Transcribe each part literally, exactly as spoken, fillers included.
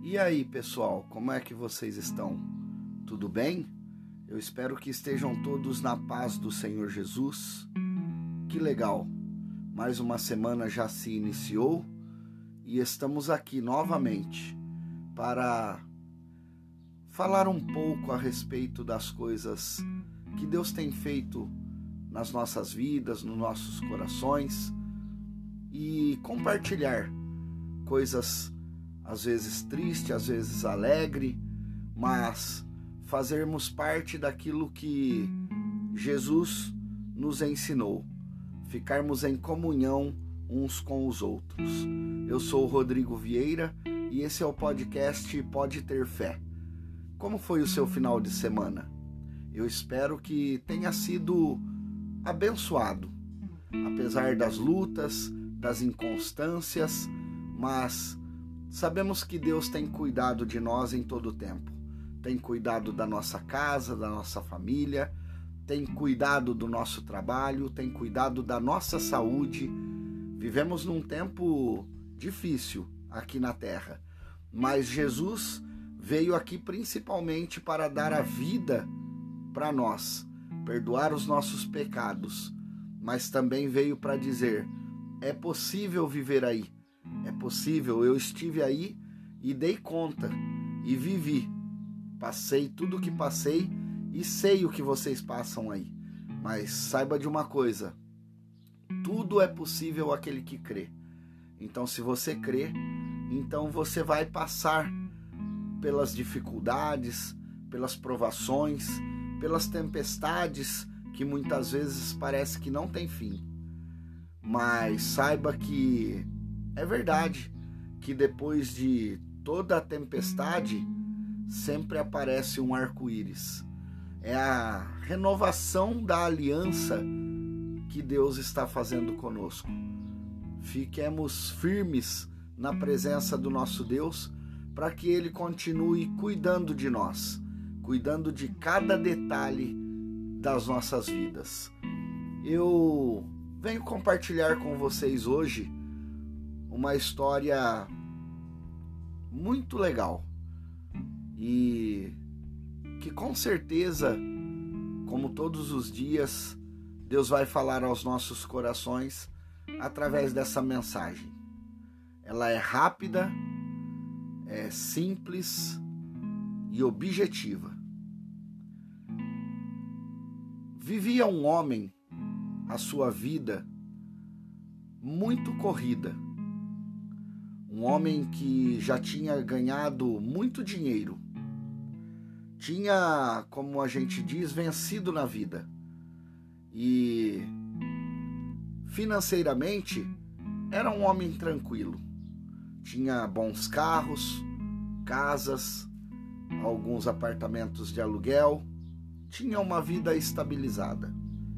E aí, pessoal, como é que vocês estão? Tudo bem? Eu espero que estejam todos na paz do Senhor Jesus. Que legal! Mais uma semana já se iniciou e estamos aqui novamente para falar um pouco a respeito das coisas que Deus tem feito nas nossas vidas, nos nossos corações e compartilhar coisas às vezes tristes, às vezes alegre, mas fazermos parte daquilo que Jesus nos ensinou, ficarmos em comunhão uns com os outros. Eu sou o Rodrigo Vieira e esse é o podcast Pode Ter Fé. Como foi o seu final de semana? Eu espero que tenha sido abençoado, apesar das lutas, das inconstâncias, mas sabemos que Deus tem cuidado de nós em todo o tempo. Tem cuidado da nossa casa, da nossa família, tem cuidado do nosso trabalho, tem cuidado da nossa saúde. Vivemos num tempo difícil aqui na Terra, mas Jesus veio aqui principalmente para dar a vida para nós, perdoar os nossos pecados, mas também veio para dizer: é possível viver aí, é possível, eu estive aí e dei conta e vivi, passei tudo o que passei e sei o que vocês passam aí, mas saiba de uma coisa, tudo é possível àquele que crê. Então se você crê, então você vai passar pelas dificuldades, pelas provações, pelas tempestades que muitas vezes parece que não tem fim. Mas saiba que é verdade que depois de toda a tempestade sempre aparece um arco-íris. É a renovação da aliança que Deus está fazendo conosco. Fiquemos firmes na presença do nosso Deus para que Ele continue cuidando de nós, cuidando de cada detalhe das nossas vidas. Eu venho compartilhar com vocês hoje uma história muito legal e que com certeza, como todos os dias, Deus vai falar aos nossos corações através dessa mensagem. Ela é rápida, é simples e objetiva. Vivia um homem a sua vida muito corrida. Um homem que já tinha ganhado muito dinheiro. Tinha, como a gente diz, vencido na vida. E financeiramente era um homem tranquilo. Tinha bons carros, casas, alguns apartamentos de aluguel. Tinha uma vida estabilizada.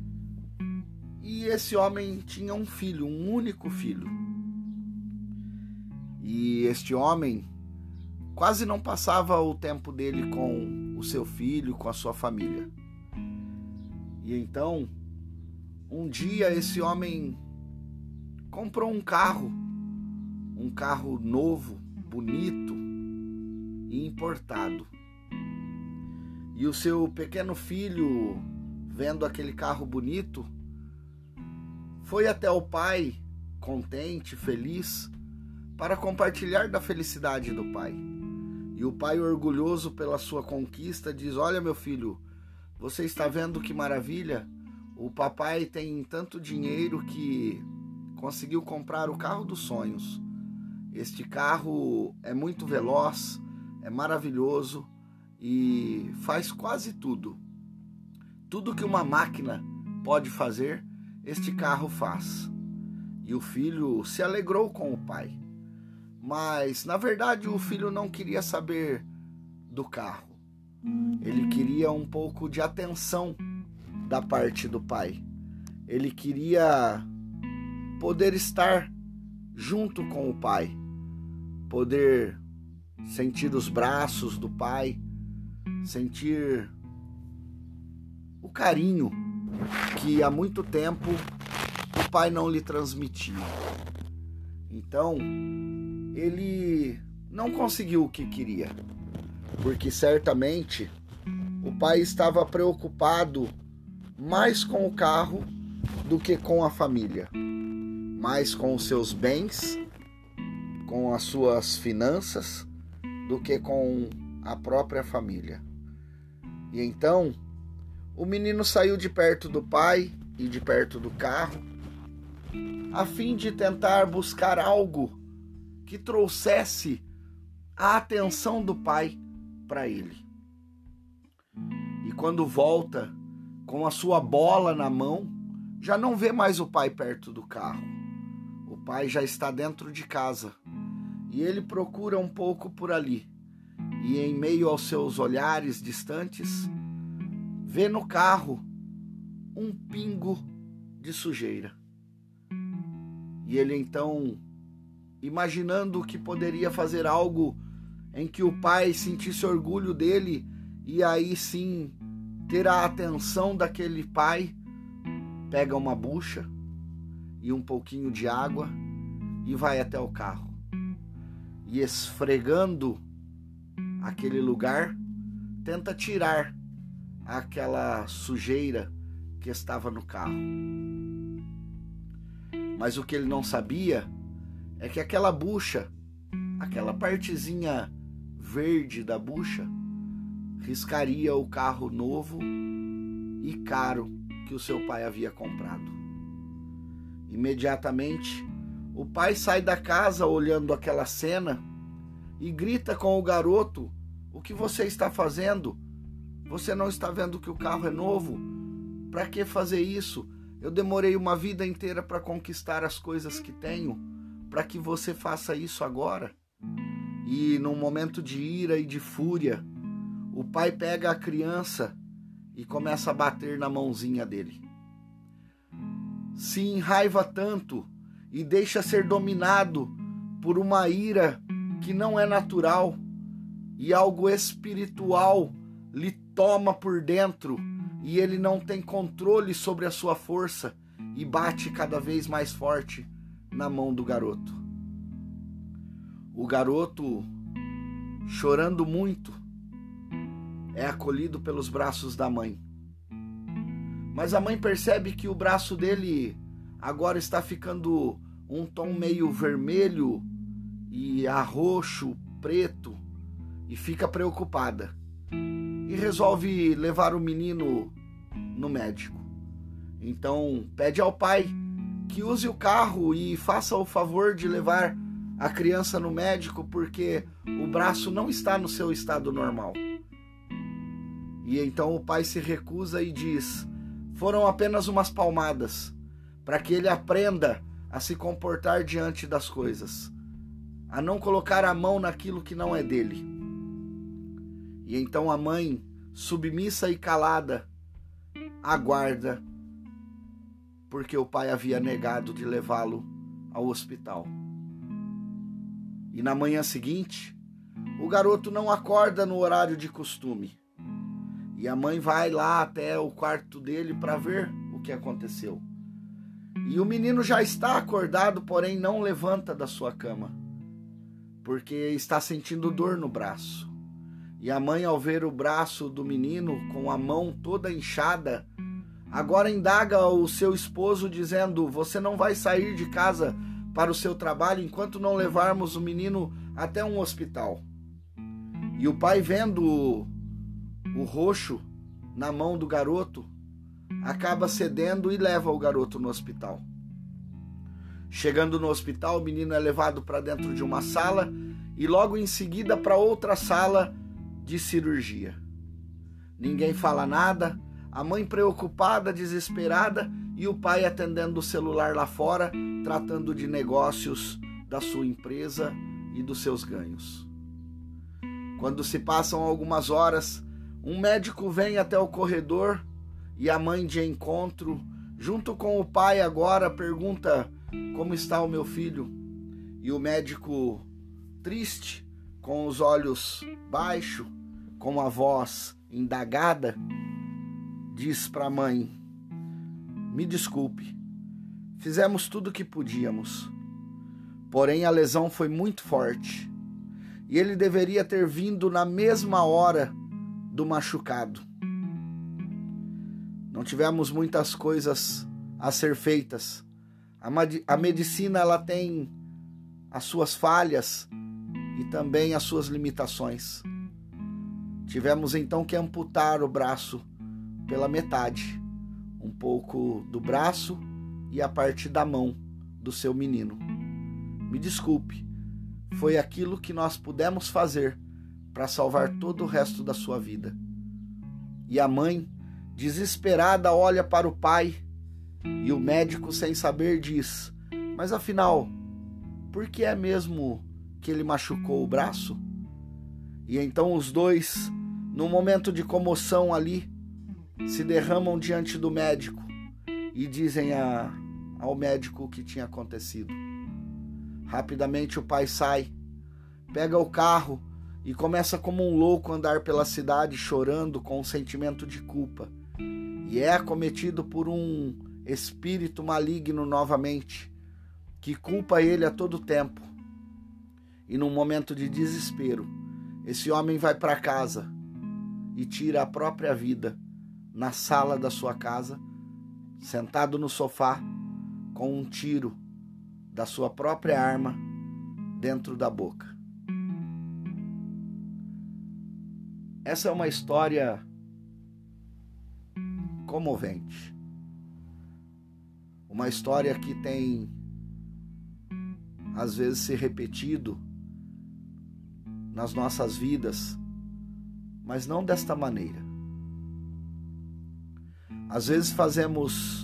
E esse homem tinha um filho, um único filho. E este homem quase não passava o tempo dele com o seu filho, com a sua família. E então, um dia esse homem comprou um carro, um carro novo, bonito e importado. E o seu pequeno filho, vendo aquele carro bonito, foi até o pai, contente, feliz, para compartilhar da felicidade do pai. E o pai, orgulhoso pela sua conquista, diz: olha, meu filho, você está vendo que maravilha? O papai tem tanto dinheiro que conseguiu comprar o carro dos sonhos. Este carro é muito veloz, é maravilhoso e faz quase tudo. Tudo que uma máquina pode fazer, este carro faz. E o filho se alegrou com o pai. Mas, na verdade, o filho não queria saber do carro. Ele queria um pouco de atenção da parte do pai. Ele queria poder estar junto com o pai, poder sentir os braços do pai, sentir o carinho que há muito tempo o pai não lhe transmitia. Então, ele não conseguiu o que queria, porque certamente o pai estava preocupado mais com o carro do que com a família, mais com os seus bens, com as suas finanças, do que com a própria família. E então, o menino saiu de perto do pai e de perto do carro, a fim de tentar buscar algo que trouxesse a atenção do pai para ele. E quando volta com a sua bola na mão, já não vê mais o pai perto do carro. O pai já está dentro de casa e ele procura um pouco por ali. E em meio aos seus olhares distantes, vê no carro um pingo de sujeira. E ele então, imaginando que poderia fazer algo em que o pai sentisse orgulho dele e aí sim ter a atenção daquele pai, pega uma bucha e um pouquinho de água e vai até o carro. E esfregando aquele lugar, tenta tirar aquela sujeira que estava no carro. Mas o que ele não sabia é que aquela bucha, aquela partezinha verde da bucha, riscaria o carro novo e caro que o seu pai havia comprado. Imediatamente, o pai sai da casa olhando aquela cena e grita com o garoto: "O que você está fazendo? Você não está vendo que o carro é novo? Para que fazer isso? Eu demorei uma vida inteira para conquistar as coisas que tenho, para que você faça isso agora?" E num momento de ira e de fúria, o pai pega a criança e começa a bater na mãozinha dele. Se enraiva tanto e deixa ser dominado por uma ira que não é natural, e algo espiritual lhe toma por dentro e ele não tem controle sobre a sua força e bate cada vez mais forte na mão do garoto. O garoto, chorando muito, é acolhido pelos braços da mãe. Mas a mãe percebe que o braço dele agora está ficando um tom meio vermelho e a roxo, preto, e fica preocupada. E resolve levar o menino no médico. Então pede ao pai que use o carro e faça o favor de levar a criança no médico, porque o braço não está no seu estado normal. E então o pai se recusa e diz: "Foram apenas umas palmadas, para que ele aprenda a se comportar diante das coisas, a não colocar a mão naquilo que não é dele." E então a mãe, submissa e calada, aguarda, porque o pai havia negado de levá-lo ao hospital. E na manhã seguinte, o garoto não acorda no horário de costume. E a mãe vai lá até o quarto dele para ver o que aconteceu. E o menino já está acordado, porém não levanta da sua cama, porque está sentindo dor no braço. E a mãe, ao ver o braço do menino com a mão toda inchada, agora indaga o seu esposo dizendo: "Você não vai sair de casa para o seu trabalho enquanto não levarmos o menino até um hospital." E o pai, vendo o, o roxo na mão do garoto, acaba cedendo e leva o garoto no hospital. Chegando no hospital, o menino é levado para dentro de uma sala e logo em seguida para outra sala de cirurgia. Ninguém fala nada, a mãe preocupada, desesperada, e o pai atendendo o celular lá fora, tratando de negócios da sua empresa e dos seus ganhos. Quando se passam algumas horas, um médico vem até o corredor e a mãe, de encontro, junto com o pai agora, pergunta: "Como está o meu filho?" E o médico, triste, com os olhos baixos, com a voz indagada, diz para a mãe: "Me desculpe, fizemos tudo o que podíamos, porém a lesão foi muito forte e ele deveria ter vindo na mesma hora do machucado. Não tivemos muitas coisas a ser feitas. A medicina ela tem as suas falhas e também as suas limitações. Tivemos então que amputar o braço pela metade, um pouco do braço e a parte da mão do seu menino. Me desculpe, foi aquilo que nós pudemos fazer para salvar todo o resto da sua vida. E a mãe, desesperada, olha para o pai e o médico, sem saber, diz: mas afinal, por que é mesmo que ele machucou o braço? E então os dois, num momento de comoção ali, se derramam diante do médico e dizem a, ao médico o que tinha acontecido. Rapidamente o pai sai, pega o carro e começa como um louco a andar pela cidade chorando com um sentimento de culpa. E é acometido por um espírito maligno novamente, que culpa ele a todo tempo. E num momento de desespero, esse homem vai para casa e tira a própria vida na sala da sua casa, sentado no sofá, com um tiro da sua própria arma dentro da boca. Essa é uma história comovente. Uma história que tem, às vezes, se repetido nas nossas vidas, mas não desta maneira. Às vezes fazemos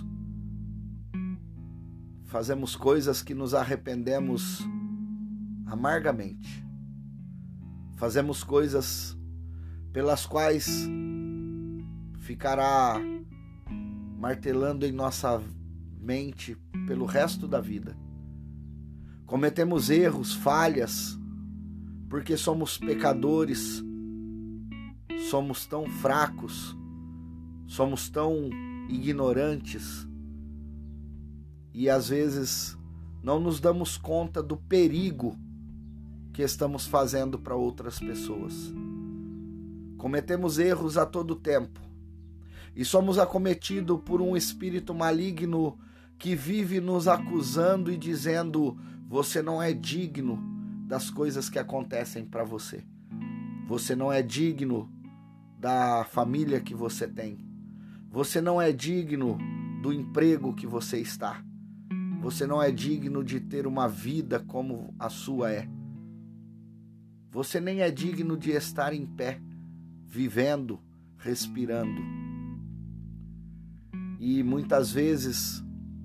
fazemos coisas que nos arrependemos amargamente. Fazemos coisas pelas quais ficará martelando em nossa mente pelo resto da vida. Cometemos erros, falhas, porque somos pecadores, somos tão fracos, somos tão ignorantes e às vezes não nos damos conta do perigo que estamos fazendo para outras pessoas. Cometemos erros a todo tempo e somos acometidos por um espírito maligno que vive nos acusando e dizendo: você não é digno das coisas que acontecem para você. Você não é digno da família que você tem. Você não é digno do emprego que você está. Você não é digno de ter uma vida como a sua é. Você nem é digno de estar em pé, vivendo, respirando. E muitas vezes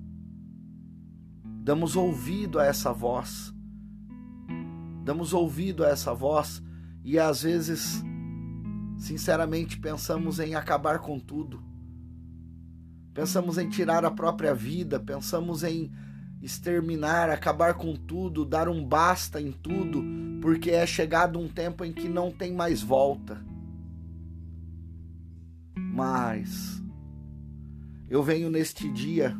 damos ouvido a essa voz. Damos ouvido a essa voz e às vezes, sinceramente, pensamos em acabar com tudo. Pensamos em tirar a própria vida, pensamos em exterminar, acabar com tudo, dar um basta em tudo, porque é chegado um tempo em que não tem mais volta. Mas eu venho neste dia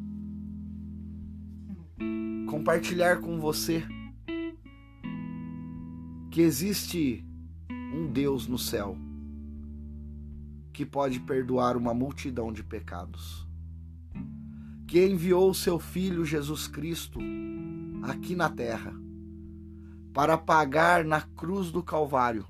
compartilhar com você que existe um Deus no céu que pode perdoar uma multidão de pecados, que enviou o seu Filho Jesus Cristo aqui na terra para pagar na cruz do Calvário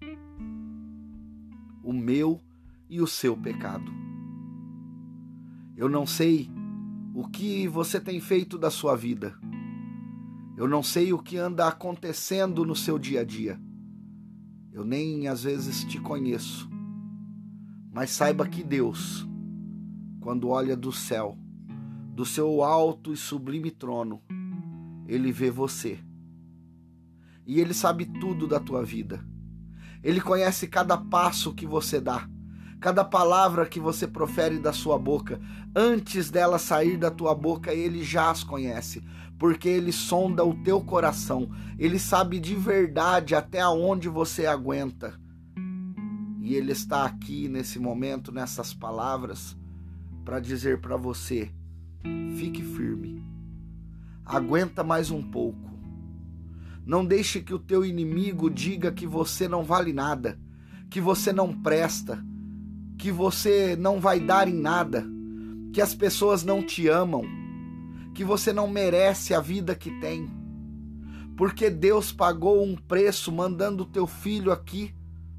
o meu e o seu pecado. Eu não sei o que você tem feito da sua vida. Eu não sei o que anda acontecendo no seu dia a dia. Eu nem às vezes te conheço. Mas saiba que Deus, quando olha do céu, do seu alto e sublime trono, Ele vê você. E Ele sabe tudo da tua vida. Ele conhece cada passo que você dá, cada palavra que você profere da sua boca. Antes dela sair da tua boca, Ele já as conhece, porque Ele sonda o teu coração. Ele sabe de verdade até onde você aguenta. E Ele está aqui nesse momento, nessas palavras, para dizer para você: fique firme, aguenta mais um pouco. Não deixe que o teu inimigo diga que você não vale nada, que você não presta, que você não vai dar em nada, que as pessoas não te amam, que você não merece a vida que tem. Porque Deus pagou um preço mandando o teu filho aqui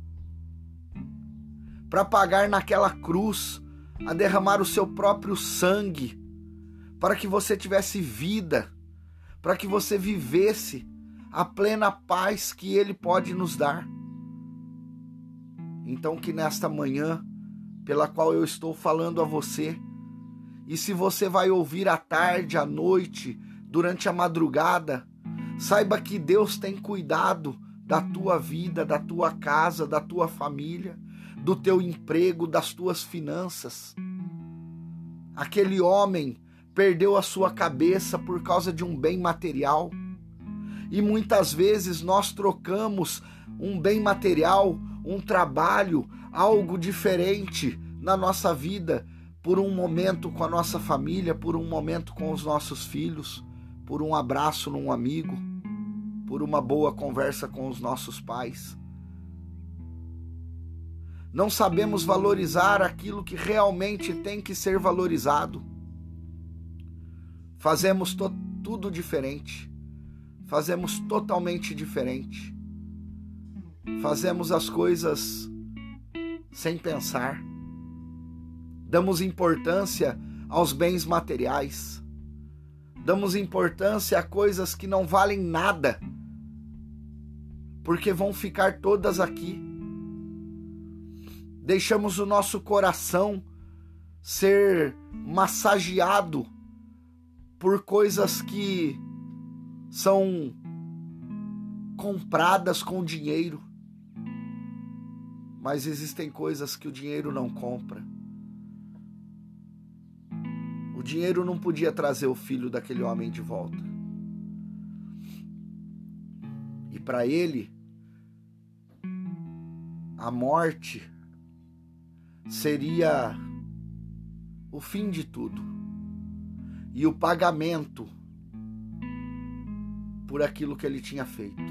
para pagar naquela cruz, a derramar o seu próprio sangue, para que você tivesse vida, para que você vivesse a plena paz que Ele pode nos dar. Então que nesta manhã, pela qual eu estou falando a você, e se você vai ouvir à tarde, à noite, durante a madrugada, saiba que Deus tem cuidado da tua vida, da tua casa, da tua família, do teu emprego, das tuas finanças. Aquele homem perdeu a sua cabeça por causa de um bem material. E muitas vezes nós trocamos um bem material, um trabalho, algo diferente na nossa vida, por um momento com a nossa família, por um momento com os nossos filhos, por um abraço num amigo, por uma boa conversa com os nossos pais. Não sabemos valorizar aquilo que realmente tem que ser valorizado. Fazemos to- tudo diferente. Fazemos totalmente diferente. Fazemos as coisas sem pensar. Damos importância aos bens materiais. Damos importância a coisas que não valem nada, porque vão ficar todas aqui. Deixamos o nosso coração ser massageado por coisas que são compradas com dinheiro. Mas existem coisas que o dinheiro não compra. O dinheiro não podia trazer o filho daquele homem de volta. E para ele, a morte seria o fim de tudo. E o pagamento por aquilo que ele tinha feito.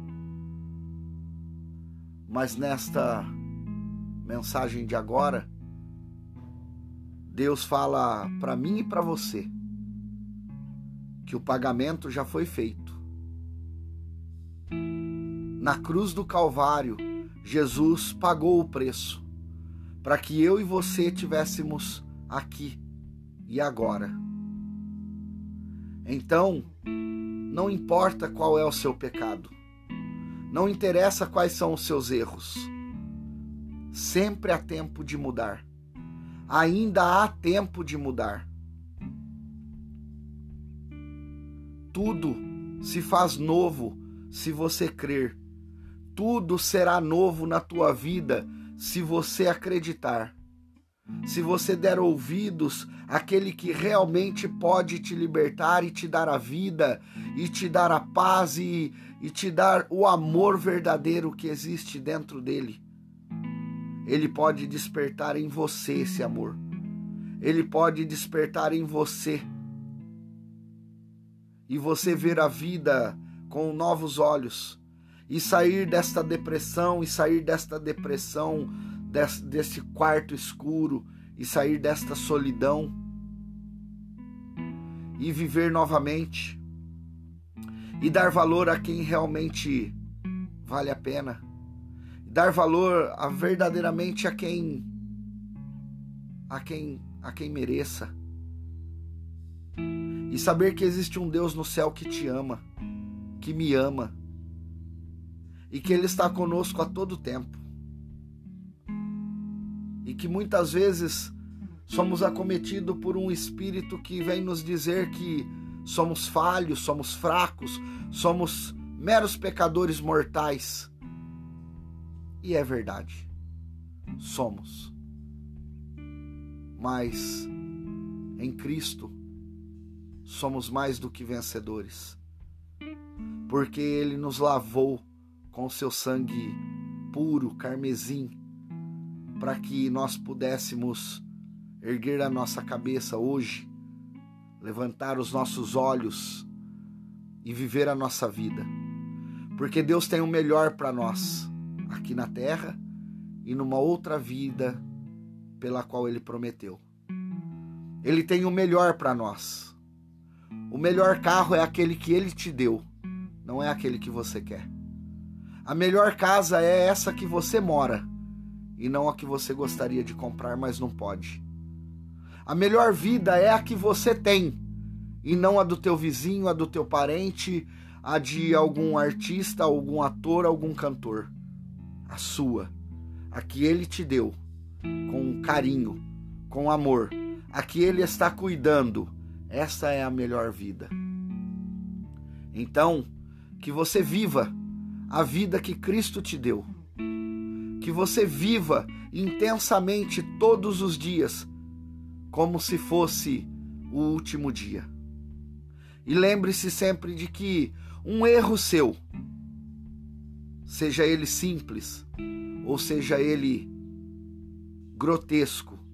Mas nesta mensagem de agora, Deus fala para mim e para você que o pagamento já foi feito. Na cruz do Calvário, Jesus pagou o preço para que eu e você tivéssemos aqui e agora. Então, não importa qual é o seu pecado, não interessa quais são os seus erros, sempre há tempo de mudar. Ainda há tempo de mudar. Tudo se faz novo se você crer. Tudo será novo na tua vida se você acreditar. Se você der ouvidos àquele que realmente pode te libertar e te dar a vida, e te dar a paz e, e te dar o amor verdadeiro que existe dentro dele. Ele pode despertar em você esse amor. Ele pode despertar em você. E você ver a vida com novos olhos. E sair desta depressão, e sair desta depressão, desse, desse quarto escuro, e sair desta solidão. E viver novamente. E dar valor a quem realmente vale a pena. Dar valor a, verdadeiramente a quem, a quem, a quem mereça. E saber que existe um Deus no céu que te ama, que me ama, e que Ele está conosco a todo tempo. E que muitas vezes somos acometidos por um espírito que vem nos dizer que somos falhos, somos fracos, somos meros pecadores mortais. E é verdade, somos. Mas em Cristo somos mais do que vencedores, porque Ele nos lavou com seu sangue puro, carmesim, para que nós pudéssemos erguer a nossa cabeça hoje, levantar os nossos olhos e viver a nossa vida. Porque Deus tem o melhor para nós, aqui na terra e numa outra vida pela qual Ele prometeu. Ele tem o melhor para nós. O melhor carro é aquele que Ele te deu, não é aquele que você quer. A melhor casa é essa que você mora, e não a que você gostaria de comprar, mas não pode. A melhor vida é a que você tem, e não a do teu vizinho, a do teu parente, a de algum artista, algum ator, algum cantor. A sua, a que Ele te deu, com carinho, com amor, a que Ele está cuidando. Essa é a melhor vida. Então, que você viva a vida que Cristo te deu. Que você viva intensamente todos os dias, como se fosse o último dia. E lembre-se sempre de que um erro seu, seja ele simples, ou seja ele grotesco,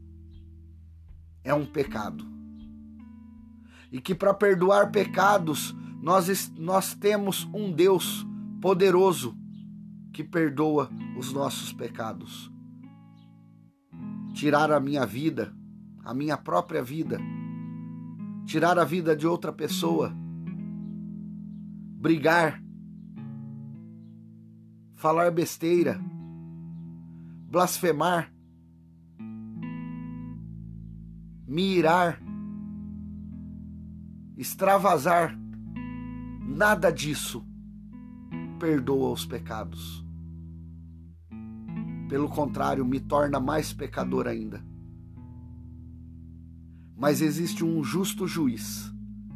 é um pecado. E que para perdoar pecados, nós, nós temos um Deus poderoso que perdoa os nossos pecados. Tirar a minha vida, a minha própria vida, tirar a vida de outra pessoa, brigar, falar besteira, blasfemar, me irar, extravasar, nada disso perdoa os pecados. Pelo contrário, me torna mais pecador ainda. Mas existe um justo juiz,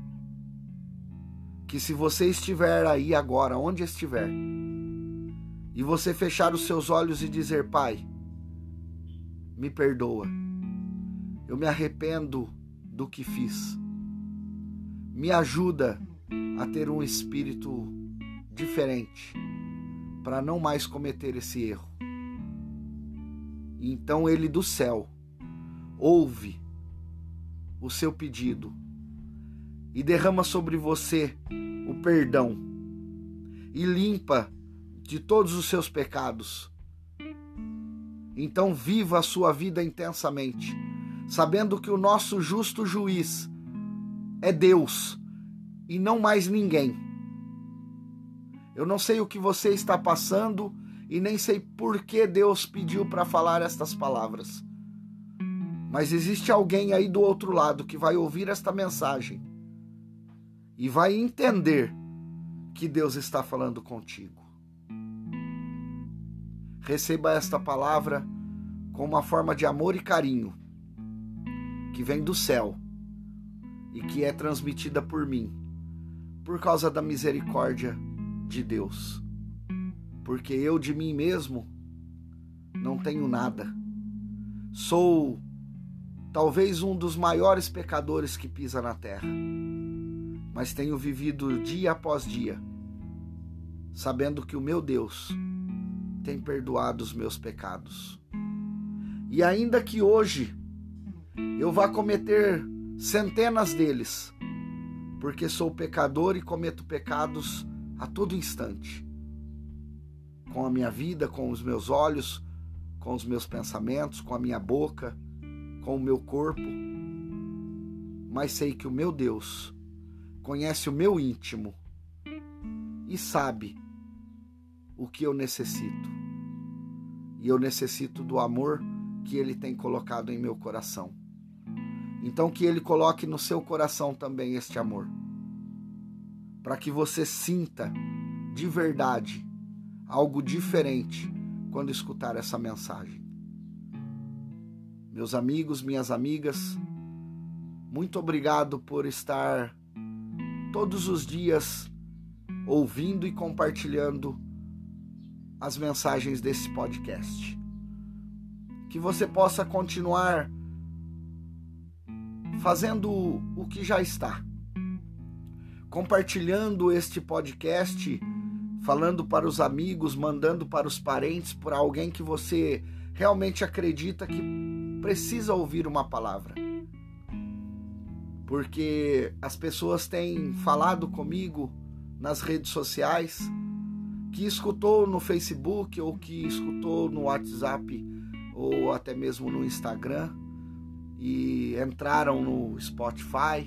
que se você estiver aí agora, onde estiver, e você fechar os seus olhos e dizer: Pai, me perdoa, eu me arrependo do que fiz, me ajuda a ter um espírito diferente, para não mais cometer esse erro. Então Ele do céu ouve o seu pedido e derrama sobre você o perdão e limpa de todos os seus pecados. Então viva a sua vida intensamente, sabendo que o nosso justo juiz é Deus e não mais ninguém. Eu não sei o que você está passando e nem sei por que Deus pediu para falar estas palavras. Mas existe alguém aí do outro lado que vai ouvir esta mensagem e vai entender que Deus está falando contigo. Receba esta palavra com uma forma de amor e carinho que vem do céu e que é transmitida por mim, por causa da misericórdia de Deus. Porque eu de mim mesmo não tenho nada. Sou talvez um dos maiores pecadores que pisa na terra, mas tenho vivido dia após dia, sabendo que o meu Deus tem perdoado os meus pecados. E ainda que hoje eu vá cometer centenas deles, porque sou pecador e cometo pecados a todo instante, com a minha vida, com os meus olhos, com os meus pensamentos, com a minha boca, com o meu corpo, mas sei que o meu Deus conhece o meu íntimo e sabe o que eu necessito. E eu necessito do amor que Ele tem colocado em meu coração. Então que Ele coloque no seu coração também este amor, para que você sinta de verdade algo diferente quando escutar essa mensagem. Meus amigos, minhas amigas, muito obrigado por estar todos os dias ouvindo e compartilhando as mensagens desse podcast. Que você possa continuar fazendo o que já está, compartilhando este podcast, falando para os amigos, mandando para os parentes, por alguém que você realmente acredita que precisa ouvir uma palavra. Porque as pessoas têm falado comigo nas redes sociais que escutou no Facebook ou que escutou no WhatsApp ou até mesmo no Instagram e entraram no Spotify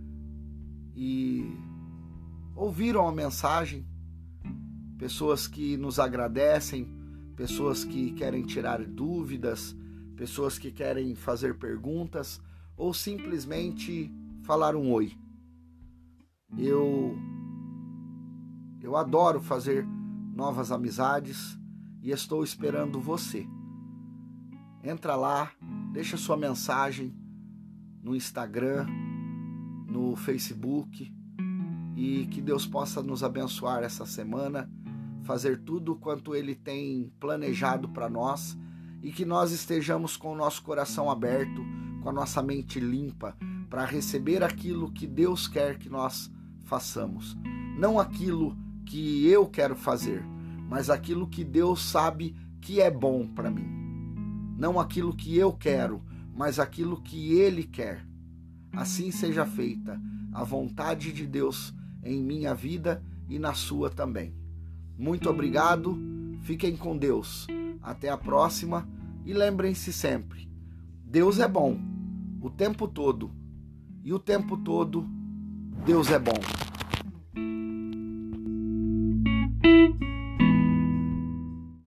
e ouviram a mensagem, pessoas que nos agradecem, pessoas que querem tirar dúvidas, pessoas que querem fazer perguntas ou simplesmente falar um oi. Eu, eu adoro fazer novas amizades e estou esperando você. Entra lá, deixa sua mensagem no Instagram, no Facebook e que Deus possa nos abençoar essa semana, fazer tudo quanto Ele tem planejado para nós e que nós estejamos com o nosso coração aberto, com a nossa mente limpa, para receber aquilo que Deus quer que nós façamos. Não aquilo que eu quero fazer, mas aquilo que Deus sabe que é bom para mim. Não aquilo que eu quero, mas aquilo que Ele quer. Assim seja feita a vontade de Deus em minha vida e na sua também. Muito obrigado, fiquem com Deus. Até a próxima e lembrem-se sempre, Deus é bom o tempo todo e o tempo todo Deus é bom.